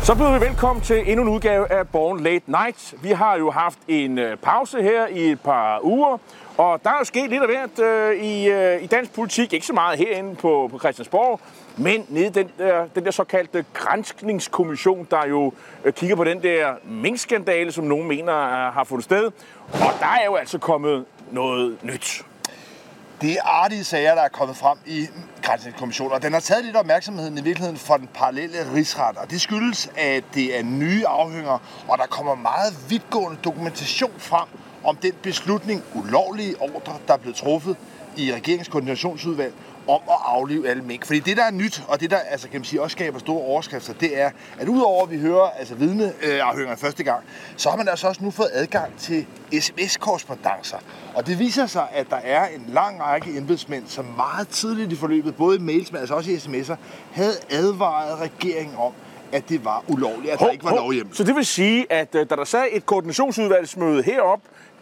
Så byder vi velkommen til endnu en udgave af Born Late Night. Vi har jo haft en pause her i et par uger, og der er jo sket lidt af hvert i dansk politik. Ikke så meget herinde på Christiansborg, men nede i den der såkaldte granskningskommission, der jo kigger på den der minkskandale, som nogen mener har fundet sted. Og der er jo altså kommet noget nyt. Det er artige sager, der er kommet frem i granskningskommissionen, og den har taget lidt opmærksomheden i virkeligheden for den parallelle rigsret, og det skyldes, at det er nye afhøringer, og der kommer meget vidtgående dokumentation frem om den beslutning, ulovlige ordre, der er blevet truffet i regeringens koordinationsudvalg om at aflive alle mink. Fordi det, der er nyt, og det, der kan man sige, også skaber store overskrifter, det er, at udover at vi hører vidneafhøringerne første gang, så har man altså også nu fået adgang til sms-korrespondancer. Og det viser sig, at der er en lang række embedsmænd, som meget tidligt i forløbet, både i mails, men altså også i sms'er, havde advaret regeringen om, at det var ulovligt, at der ikke var lovhjemmel. Så det vil sige, at da der sad et koordinationsudvalgsmøde herop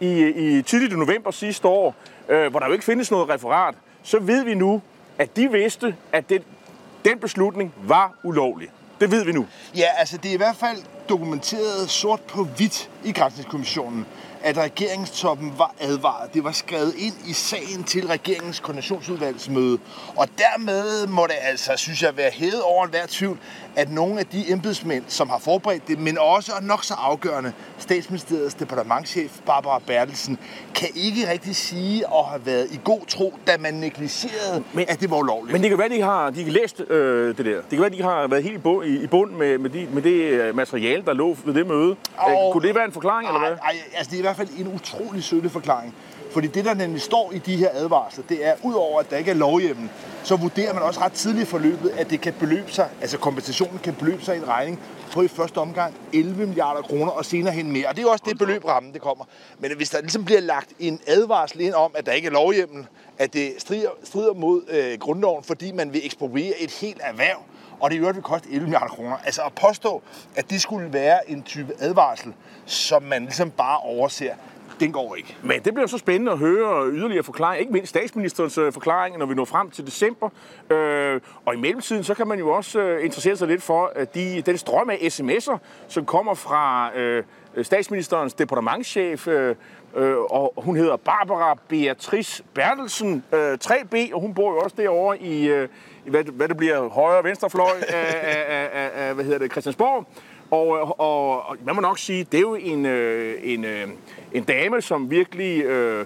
i tidligt i november sidste år, hvor der jo ikke findes noget referat, så ved vi nu, at de vidste, at den beslutning var ulovlig. Det ved vi nu. Ja, altså det er i hvert fald dokumenteret sort på hvidt i granskningskommissionen, at regeringstoppen var advaret. Det var skrevet ind i sagen til regeringens koordinationsudvalgsmøde. Og dermed må det altså, synes jeg, være hævet over enhver tvivl, at nogle af de embedsmænd, som har forberedt det, men også og nok så afgørende, Statsministeriets departementschef Barbara Bertelsen, kan ikke rigtig sige at have været i god tro, da man negligerede, at det var ulovligt. Men det kan være, de har læst det der. Det kan være, de har været helt i bund med det materiale, der lå ved det møde. Kunne det være en forklaring, eller hvad? Altså det er i hvert fald en utrolig sølle forklaring. Fordi det, der nemlig står i de her advarsler, det er, udover at der ikke er lovhjemmel, så vurderer man også ret tidligt i forløbet, at det kan beløbe sig, altså kompensationen kan beløbe sig i en regning på i første omgang 11 milliarder kroner og senere hen mere. Og det er jo også det beløb rammen, det kommer. Men hvis der ligesom bliver lagt en advarsel ind om, at der ikke er lovhjemmel, at det strider mod grundloven, fordi man vil ekspropriere et helt erhverv, og det i øvrigt vil koste 11 milliarder kroner. Altså at påstå, at det skulle være en type advarsel, som man ligesom bare overser, den går ikke. Men det bliver så spændende at høre yderligere forklaring, ikke mindst statsministerens forklaring, når vi når frem til december. Og i mellemtiden, så kan man jo også interessere sig lidt for den strøm af sms'er, som kommer fra statsministerens departementschef, og hun hedder Barbara Beatrice Bertelsen, 3B, og hun bor jo også derovre i hvad det bliver, højre- og venstrefløj af Christiansborg. Og man må nok sige, det er jo en dame, som virkelig,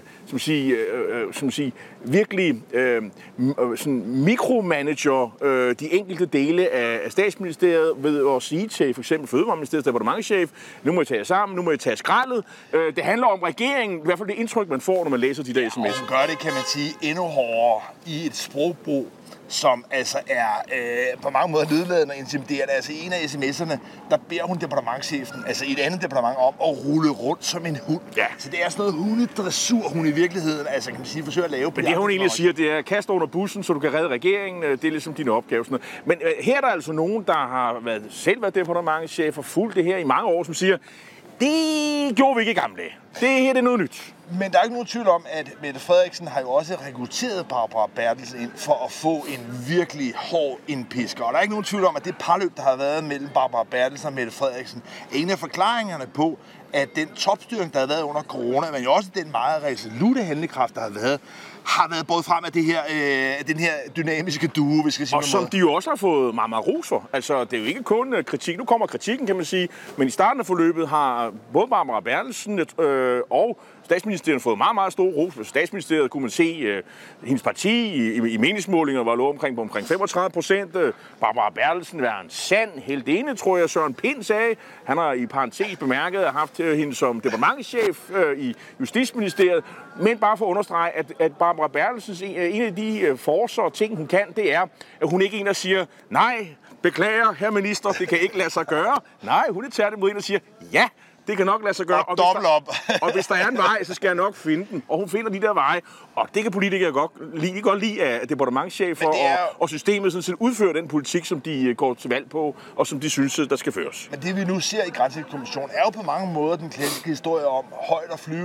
virkelig mikromanager de enkelte dele af statsministeriet ved at sige til for eksempel Fødevareministeriets departementschef, nu må I tage jer sammen, nu må I tage skraldet. Det handler om regeringen, i hvert fald det indtryk, man får, når man læser de der sms'er. Og hun gør det, kan man sige, endnu hårdere i et sprogbrug, som altså er på mange måder ledladende og intimiderende. Altså en af sms'erne, der beder hun departementschefen, altså i et andet departement, om at rulle rundt som en hund. Ja. Så det er sådan noget hundedressur, hun i virkeligheden, altså kan man sige, forsøger at lave. Men det hun egentlig siger, det er kast under bussen, så du kan redde regeringen. Det er ligesom din opgave. Men her er der altså nogen, der har selv været departementschef og fulgt det her i mange år, som siger, det gjorde vi ikke i gamle dage. Det her det er noget nyt. Men der er ikke nogen tvivl om, at Mette Frederiksen har jo også rekrutteret Barbara Bertelsen ind for at få en virkelig hård indpisker. Og der er ikke nogen tvivl om, at det parløb, der har været mellem Barbara Bertelsen og Mette Frederiksen, er en af forklaringerne på, at den topstyring, der har været under corona, men jo også den meget resolute handlekraft, der har været båret frem af den her dynamiske duo, vi skal sige. Og som de jo også har fået meget ros for. Altså, det er jo ikke kun kritik. Nu kommer kritikken, kan man sige. Men i starten af forløbet har både Barbara Bertelsen og Statsministeriet fået meget, meget stor ros. Ved Statsministeriet kunne man se hendes parti i meningsmålinger var lå omkring 35%. Barbara Bertelsen var en sand heldinde, tror jeg, Søren Pind sagde. Han har i parentes bemærket at haft hende som departementschef i Justitsministeriet. Men bare for at understrege, at Barbara Bertelsens en af de forser og ting, hun kan, det er, at hun ikke er en, der siger, nej, beklager, herr minister, det kan ikke lade sig gøre. Nej, hun er tværtimod en, der siger, ja, det kan nok lade sig gøre. Og hvis der er en vej, så skal jeg nok finde den. Og hun finder de der veje. Og det kan politikere godt lide af departementschefer og systemet sådan set udfører den politik, som de går til valg på, og som de synes, der skal føres. Men det vi nu ser i Granskningskommissionen er jo på mange måder den klassiske historie om højt at flyve,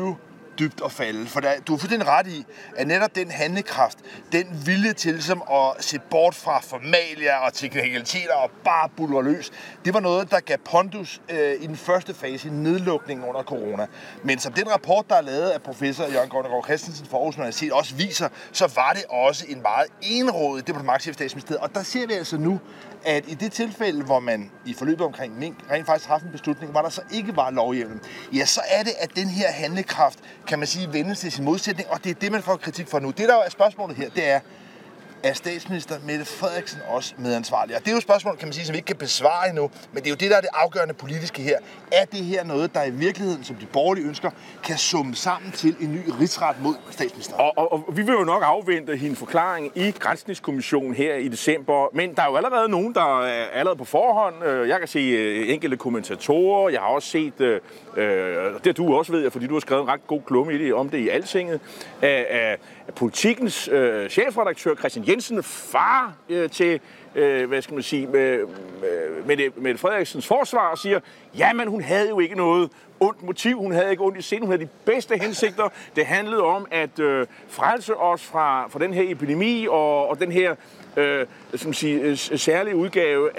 dybt at falde. For du er fuldstændig ret i, at netop den handlekraft, den vilje til ligesom at se bort fra formalia og teknikaliteter og bare buldre løs, det var noget, der gav pondus i den første fase i nedlukningen under corona. Men som den rapport, der er lavet af professor Jørgen Grønnegård Christensen fra Aarhus Universitet også viser, så var det også en meget enrådig departementschef i Statsministeriet. Og der ser vi altså nu, at i det tilfælde, hvor man i forløbet omkring mink rent faktisk træffede en beslutning, hvor der så ikke var lovhjemmel, ja, så er det, at den her handlekraft, kan man sige, vendes til sin modsætning, og det er det, man får kritik for nu. Det, der er spørgsmålet her, det er statsminister Mette Frederiksen også medansvarlig? Og det er jo et spørgsmål, kan man sige, som vi ikke kan besvare endnu, men det er jo det, der er det afgørende politiske her. Er det her noget, der i virkeligheden, som de borgerlige ønsker, kan summe sammen til en ny rigsret mod statsministeren? Og vi vil jo nok afvente hendes forklaring i Granskningskommissionen her i december, men der er jo allerede nogen, der er allerede på forhånd. Jeg kan se enkelte kommentatorer, jeg har også set, det du også ved, fordi du har skrevet en ret god klumme om det i Altinget, af Politikens chefredaktør Christian Jensen, far til, hvad skal man sige, med Frederiksens forsvar, og siger, jamen hun havde jo ikke noget ondt motiv, hun havde ikke ondt i sind, hun havde de bedste hensigter. Det handlede om at frelse os fra den her epidemi og den her særlige udgave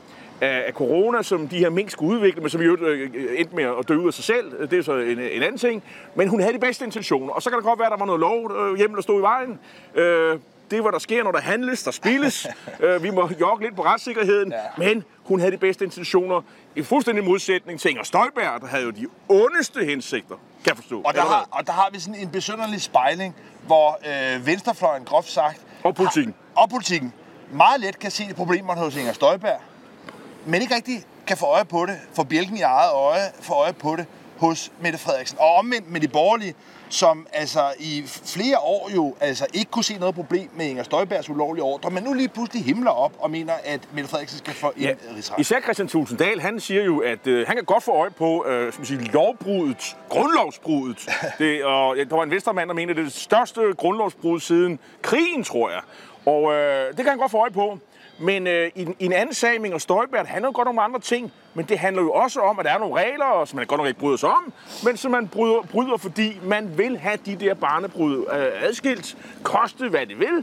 af corona, som de her mink skulle udvikle, men som jo endte med at dø ud af sig selv. Det er så en anden ting. Men hun havde de bedste intentioner. Og så kan det godt være, at der var noget lov hjemme, der stod i vejen. Det er, hvad der sker, når der handles, der spilles. Vi må jogge lidt på retssikkerheden. Ja. Men hun havde de bedste intentioner. I fuldstændig modsætning til Inger Støjberg, der havde jo de ondeste hensigter, kan jeg forstå. Og der har vi sådan en besynderlig spejling, hvor venstrefløjen groft sagt... Og politikken. Meget let kan se de problemer hos Inger Støjberg, men ikke rigtig kan få øje på det, få bjælken i eget øje, få øje på det hos Mette Frederiksen. Og omvendt med de borgerlige, som altså i flere år jo altså ikke kunne se noget problem med Inger Støjbergs ulovlige ordre, men nu lige pludselig himler op og mener, at Mette Frederiksen skal få en rigsret. Især Kristian Thulesen Dahl, han siger jo, at han kan godt få øje på lovbruddet, grundlovsbruddet. Der var en venstremand, der mente, at det er det største grundlovsbrud siden krigen, tror jeg. Og det kan han godt få øje på. Men i en anden sag, Inger Støjberg, handler jo godt om andre ting, men det handler jo også om, at der er nogle regler, som man godt nok ikke bryder sig om, men som man bryder, fordi man vil have de der barnebrud adskilt, koste hvad det vil,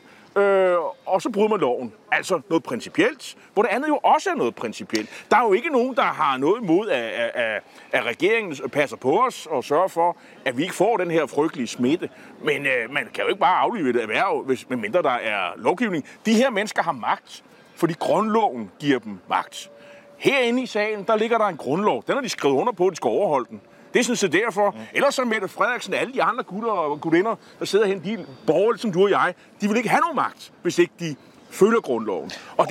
og så bryder man loven. Altså noget principielt, hvor det andet jo også er noget principielt. Der er jo ikke nogen, der har noget imod, at regeringen passer på os og sørger for, at vi ikke får den her frygtelige smitte. Men man kan jo ikke bare aflive et erhverv, medmindre der er lovgivning. De her mennesker har magt, fordi grundloven giver dem magt. Herinde i salen, der ligger der en grundlov. Den har de skrevet under på, at de skal overholde den. Det er sådan set derfor. Ellers så Mette Frederiksen og alle de andre gutter og gudinder, der sidder hen, de borgerlige som du og jeg, de vil ikke have nogen magt, hvis ikke de følger grundloven.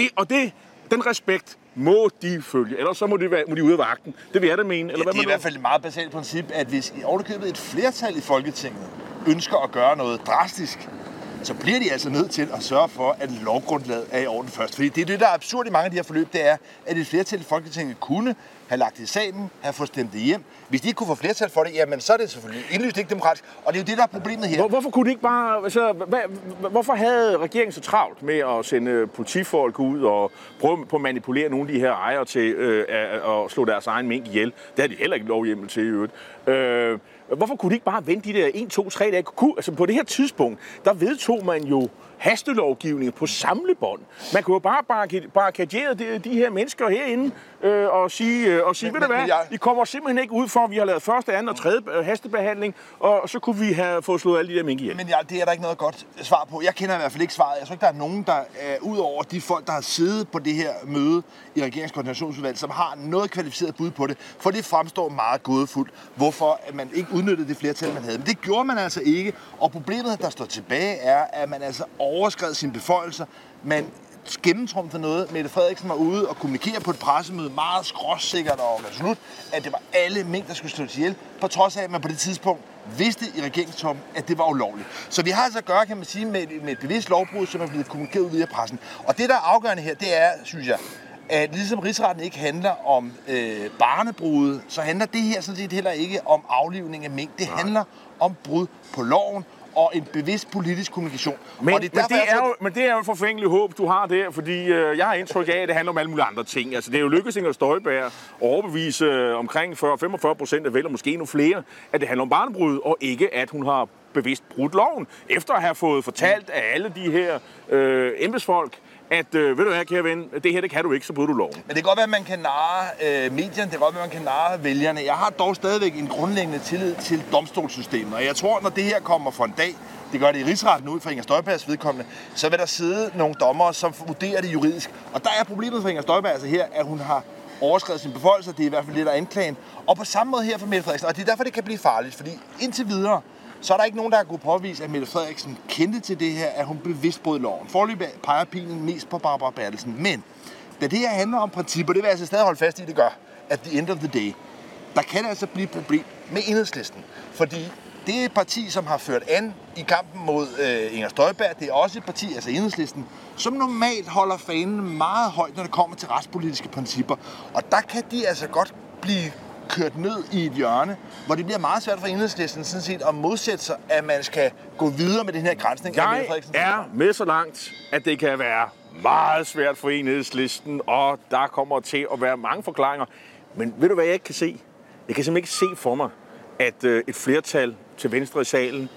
Den respekt må de følge, ellers så må de ud af vagten. Det vil jeg da mene. Eller hvad det er i hvert fald et meget basalt princip, at hvis i overkøbet et flertal i Folketinget ønsker at gøre noget drastisk, så bliver de altså nødt til at sørge for, at lovgrundlaget er i orden først. Fordi det, der er absurd i mange af de her forløb, det er, at et flertal i Folketinget kunne have lagt det i salen, have fået stemt det hjem. Hvis de ikke kunne få flertal for det, jamen så er det selvfølgelig indlyst ikke demokratisk. Og det er jo det, der er problemet her. Hvorfor kunne de ikke bare... Altså, hvorfor havde regeringen så travlt med at sende politifolk ud og prøve på at manipulere nogle af de her ejere til at slå deres egen mink ihjel? Det har de heller ikke lovhjemmel til i øvrigt. Hvorfor kunne de ikke bare vente de der 1, 2, 3 dage? Altså på det her tidspunkt, der vedtog man jo hastelovgivning på samlebånd. Man kunne jo bare barrikadere de her mennesker herinde og sige, ved du hvad, I kommer simpelthen ikke ud for, at vi har lavet første, anden og tredje hastebehandling, og så kunne vi have fået slået alle de der mink ihjel. Men det er der ikke noget godt svar på. Jeg kender i hvert fald ikke svaret. Jeg tror ikke, der er nogen, der ud over de folk, der har siddet på det her møde i regeringskoordinationsudvalget, som har noget kvalificeret bud på det, for det fremstår meget gådefuldt, hvorfor man ikke udnyttede det flertal, man havde. Men det gjorde man altså ikke, og problemet, der står tilbage, er, at man altså overskred sine beføjelser. Man gennemtrumfede noget. Mette Frederiksen var ude og kommunikere på et pressemøde meget skråsikkert og resolut, at det var alle mink, der skulle slås ihjel, på trods af, at man på det tidspunkt vidste i regeringstoppen, at det var ulovligt. Så vi har altså at gøre, kan man sige, med et bevidst lovbrud, som er blevet kommunikeret ud via pressen. Og det, der er afgørende her, det er, synes jeg, at ligesom rigsretten ikke handler om barnebrude, så handler det her sådan set heller ikke om aflivning af mink. Det handler om brud på loven, og en bevidst politisk kommunikation. Men, og det er jo et forfængeligt håb, du har der, fordi jeg har indtryk af, at det handler om alle mulige andre ting. Altså, det er jo lykkedes Inger Støjberg at overbevise omkring 40-45% af vælgere, måske endnu flere, at det handler om barnebrud, og ikke at hun har bevidst brudt loven, efter at have fået fortalt af alle de her embedsfolk, at, ved du hvad, kære ven, det her, det kan du ikke, så bryder du loven. Men det kan godt være, at man kan narre medierne, det kan godt være, at man kan narre vælgerne. Jeg har dog stadigvæk en grundlæggende tillid til domstolssystemet, og jeg tror, når det her kommer for en dag, det gør det i rigsretten ud fra Inger Støjbergs vedkommende, så vil der sidde nogle dommere, som vurderer det juridisk. Og der er problemet for Inger Støjberg altså her, at hun har overskredet sin beføjelser, det er i hvert fald lidt af anklagen. Og på samme måde her for Mette Frederiksen, og det er derfor, det kan blive farligt, fordi indtil videre, så er der ikke nogen, der har kunnet påvise, at Mette Frederiksen kendte til det her, at hun bevidst brød loven. Foreløbig peger pilen mest på Barbara Bertelsen. Men da det her handler om principper, det vil jeg altså stadig holde fast i, det gør, at the end of the day, der kan det altså blive et problem med Enhedslisten. Fordi det er et parti, som har ført an i kampen mod Inger Støjberg. Det er også et parti, altså Enhedslisten, som normalt holder fanen meget højt, når det kommer til retspolitiske principper. Og der kan de altså godt blive kørt ned i et hjørne, hvor det bliver meget svært for Enhedslisten sådan set at modsætte sig, at man skal gå videre med den her grænsning. Jeg er med så langt, at det kan være meget svært for Enhedslisten, og der kommer til at være mange forklaringer. Men ved du, hvad jeg ikke kan se? Jeg kan simpelthen ikke se for mig, at et flertal til venstre i salen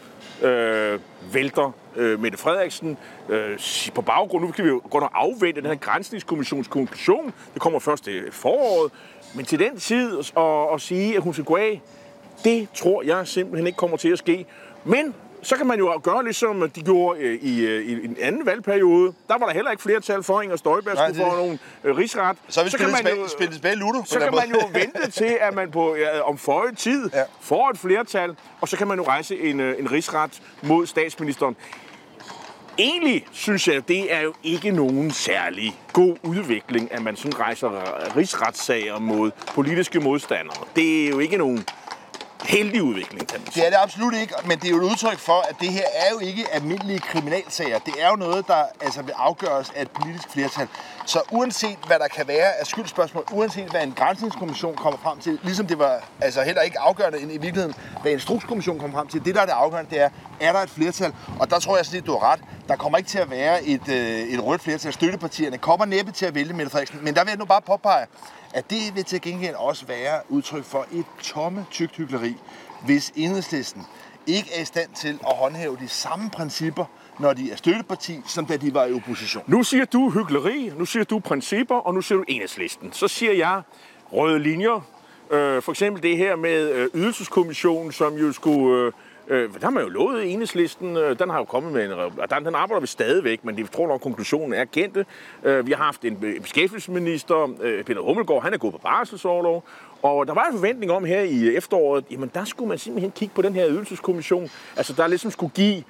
vælter Mette Frederiksen på baggrund. Nu kan vi jo godt nok afvente den her granskningskommissions konklusion. Det kommer først i foråret. Men til den tid at sige, at hun skal gå af, det tror jeg simpelthen ikke kommer til at ske. Men så kan man jo gøre ligesom de gjorde i en anden valgperiode. Der var der heller ikke flertal for, Inger Støjberg skulle få nogen rigsret. Så kan man spille tilbage Ludo. Så kan man jo vente til, at man på om forrige tid får et flertal, og så kan man jo rejse en rigsret mod statsministeren. Egentlig synes jeg, det er jo ikke nogen særlig god udvikling, at man sådan rejser rigsretssager mod politiske modstandere. Det er jo ikke nogen heldig udvikling, kan man sige. Det er det absolut ikke, men det er jo et udtryk for, at det her er jo ikke almindelige kriminalsager. Det er jo noget, der altså vil afgøres af et politisk flertal. Så uanset hvad der kan være af skyldspørgsmål, uanset hvad en granskningskommission kommer frem til, ligesom det var altså heller ikke afgørende i virkeligheden, hvad en instrukskommission kommer frem til, det der er det afgørende, det er der et flertal? Og der tror jeg sådan set, du har ret. Der kommer ikke til at være et rødt flertal. Støttepartierne kommer næppe til at vælge Mette Frederiksen, men der vil jeg nu bare påpege, at det vil til gengæld også være udtryk for et tomme tykt hykleri, hvis Enhedslisten ikke er i stand til at håndhæve de samme principper, når de er støtteparti, som da de var i opposition. Nu siger du hykleri, nu siger du principper, og nu siger du Enhedslisten. Så siger jeg røde linjer. For eksempel det her med ydelseskommissionen, som jo skulle... Der har man jo lovet Enhedslisten, den har jo kommet med den arbejder vi stadigvæk, men det tror nok, konklusionen er kendte. Vi har haft en beskæftigelsesminister, Peter Hummelgaard, han er gået på barselsorlov, og der var en forventning om her i efteråret, jamen der skulle man simpelthen kigge på den her ydelseskommission, altså der ligesom skulle give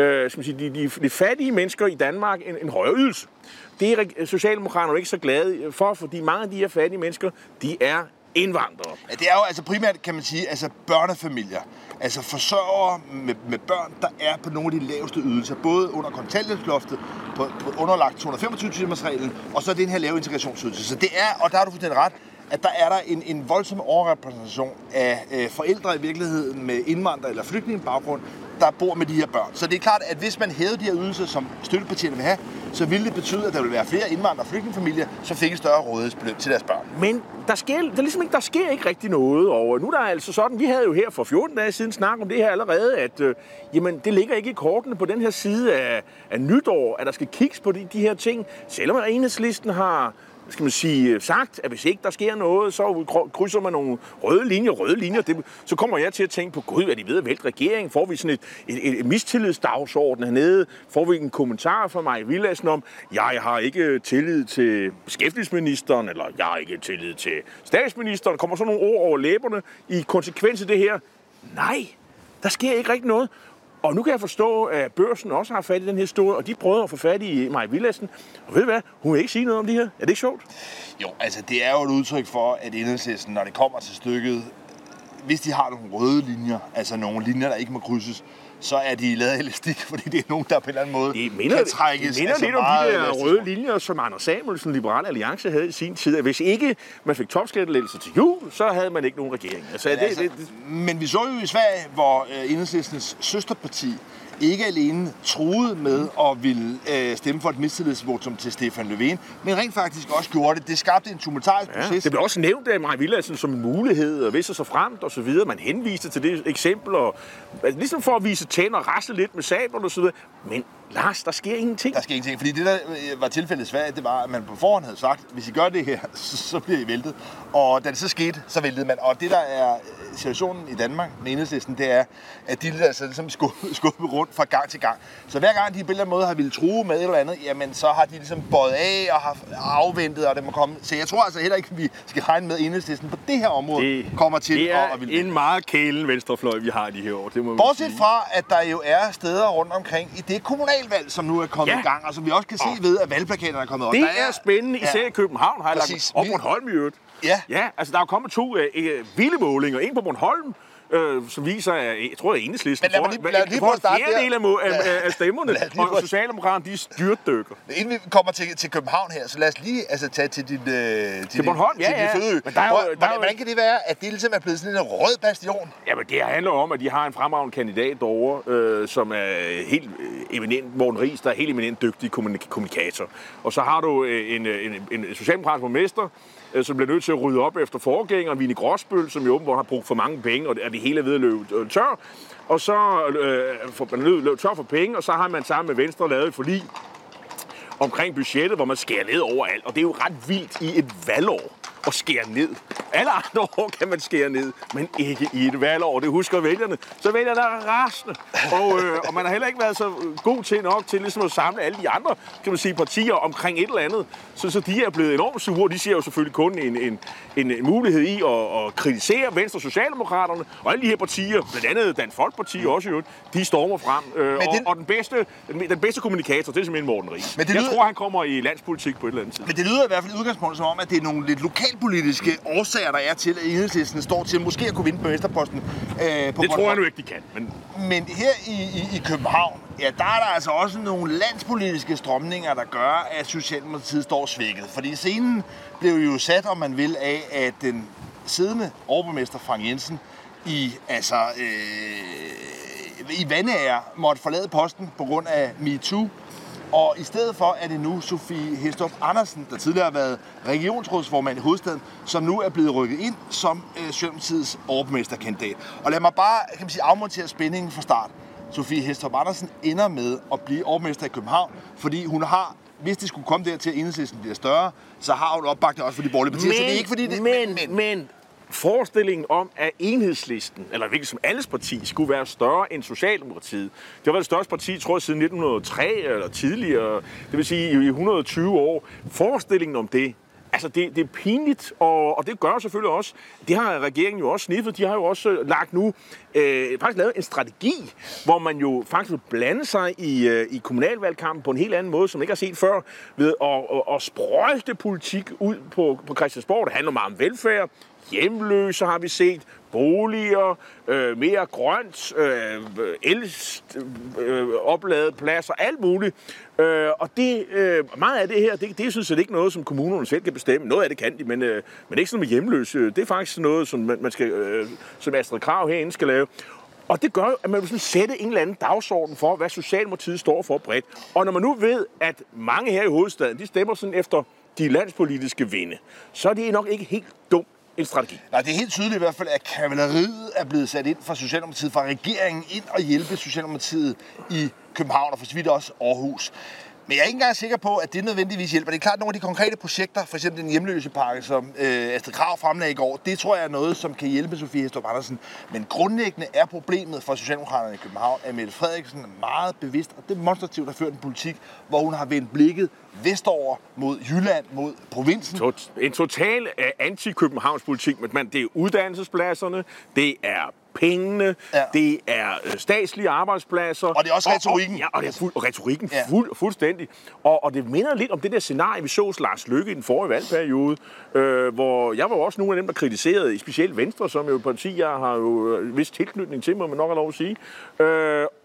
de fattige mennesker i Danmark en højere ydelse. Det er Socialdemokraterne ikke så glade for, fordi mange af de her fattige mennesker, de er indvandrere. Ja, det er jo altså primært, kan man sige, altså børnefamilier. Altså forsørgere med børn, der er på nogle af de laveste ydelser. Både under kontanthjælpsloftet, på underlagt 225-timersreglen, og så den her lave integrationsydelse. Så det er, og der har du fuldstændig ret, at der er der en voldsom overrepræsentation af forældre i virkeligheden med indvandrer- eller flygtningebaggrund, der bor med de her børn. Så det er klart, at hvis man hævede de her ydelser, som støttepartierne vil have, så ville det betyde, at der vil være flere indvandrere- og flygtningefamilier, som fik et større rådighedsbeløb til deres børn. Men der sker ikke rigtig noget, og nu er der altså sådan, vi havde jo her for 14 dage siden snakket om det her allerede, at jamen, det ligger ikke i kortene på den her side af nytår, at der skal kigges på de her ting, selvom Enhedslisten har skal man sige, sagt, at hvis ikke der sker noget, så krydser man nogle røde linjer. Så kommer jeg til at tænke på, gud, er de ved at vælte regeringen? Får vi sådan et mistillidsdagsorden hernede? Får vi en kommentar fra Mai Villadsen om, jeg har ikke tillid til beskæftigelsesministeren, eller jeg har ikke tillid til statsministeren? Kommer sådan nogle ord over læberne i konsekvens af det her? Nej, der sker ikke rigtig noget. Og nu kan jeg forstå, at Børsen også har fat i den her historie, og de prøver at få fat i Mai Villadsen. Og ved du hvad? Hun vil ikke sige noget om det her. Er det ikke sjovt? Jo, altså det er jo et udtryk for, at Enhedslisten, når det kommer til stykket, hvis de har nogle røde linjer, altså nogle linjer, der ikke må krydses, så er de lavet af elastik, fordi det er nogen, der på en eller anden måde kan trækkes. Det minder lidt om de der røde linjer, som Anders Samuelsen, Liberal Alliance, havde i sin tid. At hvis ikke man fik topskattelettelser til jul, så havde man ikke nogen regering. Men vi så jo i Sverige, hvor Enhedslistens søsterparti ikke alene truede med at ville stemme for et mistillidsvotum til Stefan Löfven, men rent faktisk også gjorde det. Det skabte en tumultarisk proces. Det blev også nævnt af Maja Villadsen som en mulighed, og hvis så fremt og så videre. Man henviste til det eksempel, og ligesom for at vise tænder og rasle lidt med sablen og så videre. Men Lars, der sker ingenting. Der sker ingenting, fordi det, der var tilfældet i Sverige, det var, at man på forhånd havde sagt, hvis I gør det her, så bliver I væltet. Og da det så skete, så væltede man. Og det, der er situationen i Danmark med Enhedslisten, det er, at de altså ligesom skubbet rundt fra gang til gang. Så hver gang de på en eller anden måde har ville true med et eller andet, jamen så har de ligesom bøjet af og har afventet, og det må komme. Så jeg tror altså heller ikke, at vi skal regne med, at Enhedslisten på det her område kommer til at ville. Det er en meget kælen venstrefløj, vi har i de her år. Det må bortset fra, at der jo er steder rundt omkring i det kommunalvalg, som nu er kommet i gang, og som vi også kan se ved, at valgplakaterne er kommet op. Det er spændende, især i København har jeg lagt op Bornholm i øvrigt. Ja, altså der er jo kommet 2 vilde målinger. En på Bornholm, som viser, at jeg tror, at Enhedslisten får en fjerdedel af stemmerne, og Socialdemokraterne, de styrtdykker. Inden vi kommer til København her, så lad os lige tage til din Bornholm, din fødeø. Hvordan kan det være, at det ligesom er blevet sådan en rød bastion? Jamen, det handler om, at de har en fremragende kandidat derovre, som er helt eminent, Morten Riis, der er helt eminent dygtig kommunikator. Og så har du en socialdemokratisk borgmester, som bliver nødt til at rydde op efter forgængeren, Vinnie Grosbøll, som jo åbenbart har brugt for mange penge, og det hele er ved at løbe tør. Og så man løb tør for penge, og så har man sammen med Venstre lavet et forlig omkring budgettet, hvor man skærer ned overalt. Og det er jo ret vildt i et valgår at skære ned. Alle andre år kan man skære ned, men ikke i et valgår. Det husker vælgerne. Så vælgerne er rasende. Og man har heller ikke været så god til nok til ligesom at samle alle de andre, kan man sige, partier omkring et eller andet. Så de er blevet enormt sure. De ser jo selvfølgelig kun en mulighed i at kritisere Venstre og Socialdemokraterne. Og alle de her partier, blandt andet Dansk Folkeparti også jo, de stormer frem. Og den bedste kommunikator, det er simpelthen Morten Riis. Jeg tror, han kommer i landspolitik på et eller andet tidspunkt. Men det lyder i hvert fald i udgangspunktet som om, at det er nogle lidt lokalpolitiske årsager, der er til, at Enhedslisten står til måske at kunne vinde på Vesterposten. Det tror jeg nu ikke, de kan. Men her i København, ja, der er der altså også nogle landspolitiske strømninger, der gør, at Socialdemokratiet står svækket. Fordi scenen blev jo sat, om man vil, af, at den siddende overborgmester Frank Jensen i Vandager måtte forlade posten på grund af MeToo. Og i stedet for er det nu Sofie Hæstrup Andersen, der tidligere har været regionsrådsformand i hovedstaden, som nu er blevet rykket ind som Socialdemokratiets overborgmesterkandidat. Og lad mig bare, kan man sige, afmontere spændingen fra start. Sofie Hæstrup Andersen ender med at blive overborgmester i København, fordi hun har, hvis det skulle komme der til, at Enhedslisten bliver større, så har hun opbakning også for de borgerlige partier. Så det er ikke fordi det... Men forestillingen om, at Enhedslisten, eller hvilket som alles parti, skulle være større end Socialdemokratiet. Det har været det største parti, tror jeg, siden 1903 eller tidligere. Det vil sige i 120 år. Forestillingen om det, altså det er pinligt, og det gør selvfølgelig også. Det har regeringen jo også sniffet. De har jo også lagt nu, faktisk lavet en strategi, hvor man jo faktisk vil blande sig i kommunalvalgkampen på en helt anden måde, som man ikke har set før, ved at sprøjte politik ud på Christiansborg. Det handler meget om velfærd. Hjemløse har vi set, boliger, mere grønt, opladet pladser, alt muligt. Og meget af det her, det synes jeg ikke noget, som kommunerne selv kan bestemme. Noget af det kan de, men ikke sådan med hjemløse. Det er faktisk noget, som man skal, som Astrid Krag herinde skal lave. Og det gør jo, at man vil sætte en eller anden dagsorden for, hvad Socialdemokratiet står for bredt. Og når man nu ved, at mange her i hovedstaden, de stemmer sådan efter de landspolitiske vinde, så er det nok ikke helt dumt en strategi. Nej, det er helt tydeligt i hvert fald, at kavaleriet er blevet sat ind fra Socialdemokratiet, fra regeringen ind og hjælpe Socialdemokratiet i København og for så vidt også Aarhus. Men jeg er ikke engang sikker på, at det nødvendigvis hjælper. Det er klart, at nogle af de konkrete projekter, f.eks. den hjemløsepakke, som Astrid Krag fremlagde i går, det tror jeg er noget, som kan hjælpe Sofie Hæstrup Andersen. Men grundlæggende er problemet for Socialdemokraterne i København, at Mette Frederiksen er meget bevidst og demonstrativt har ført en politik, hvor hun har vendt blikket vestover mod Jylland, mod provinsen. En total anti-Københavns politik, men det er uddannelsespladserne, det er pengene, det er statslige arbejdspladser. Og det er også retorikken. Og det er retorikken fuldstændig. Og det minder lidt om det der scenarie, vi så hos Lars Løkke i den forrige valgperiode, hvor jeg var også nogle af dem, der kritiserede, specielt Venstre, som jo et parti, jeg har jo vist tilknytning til, må man nok have lov at sige.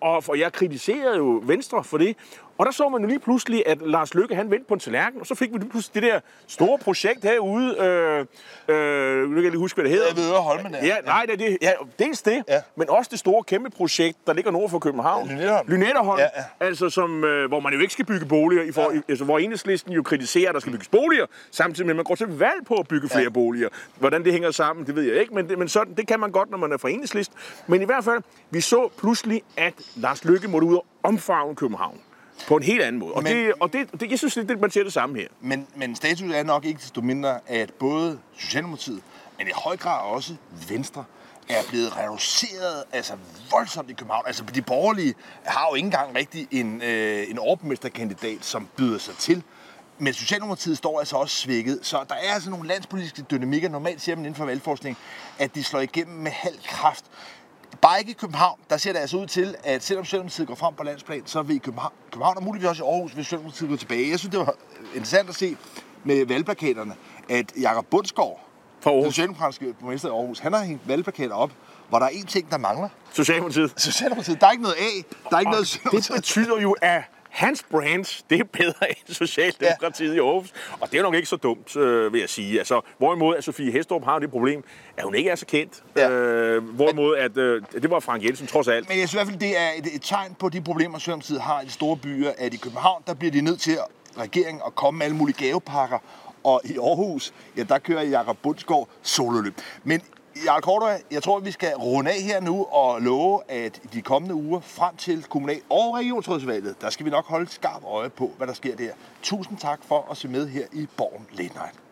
og jeg kritiserede jo Venstre for det. Og der så man jo lige pludselig, at Lars Løkke, han vendte på en tallerken, og så fik vi lige pludselig det der store projekt herude. Nu kan jeg lige huske, hvad det hedder. Jeg ved, Holmen er. Ja, nej, det er det. Ja, dels det, men også det store kæmpe projekt, der ligger nord for København. Lynetteholm. Ja. Altså, hvor man jo ikke skal bygge boliger, altså, hvor Enhedslisten jo kritiserer, at der skal bygges boliger, samtidig med, at man går til valg på at bygge flere boliger. Hvordan det hænger sammen, det ved jeg ikke, men sådan, det kan man godt, når man er fra Enhedslisten. Men i hvert fald, vi så pludselig, at Lars Løkke måtte ud og omfavne København. På en helt anden måde. Og jeg synes, det man ser det samme her. Men status er nok ikke desto mindre, at både Socialdemokratiet, men i høj grad også Venstre, er blevet reduceret altså voldsomt i København. Altså de borgerlige har jo ikke engang rigtig en overborgmesterkandidat, som byder sig til. Men Socialdemokratiet står altså også svækket. Så der er altså nogle landspolitiske dynamikker. Normalt siger man inden for valgforskning, at de slår igennem med halv kraft. Bare ikke i København. Der ser det altså ud til, at selvom Socialdemokratiet går frem på landsplan, så vil København og muligvis også i Aarhus, hvis Socialdemokratiet går tilbage. Jeg synes, det var interessant at se med valgplakaterne, at Jakob Bundsgaard, den socialdemokratiske borgmester i Aarhus, han har hængt valgplakater op, hvor der er én ting, der mangler. Socialdemokratiet. Der er ikke noget A. Der er ikke noget det betyder jo, at hans brand, det er bedre end Socialdemokratiet i Aarhus. Og det er nok ikke så dumt, vil jeg sige. Altså, hvorimod at Sofie Hæstorp har det problem, at hun ikke er så kendt. Hvorimod at det var Frank Jensen trods alt. Men jeg synes i hvert fald, det er et tegn på de problemer, Socialdemokratiet har i de store byer, at i København, der bliver de nødt til regeringen at komme med alle mulige gavepakker. Og i Aarhus, ja, der kører Jakob Bundsgaard sololøb. Men Jarl Cordua, jeg tror, vi skal runde af her nu og love, at i de kommende uger frem til kommunal- og regionsrådsvalget, der skal vi nok holde et skarpt øje på, hvad der sker der. Tusind tak for at se med her i Borgen Late Night.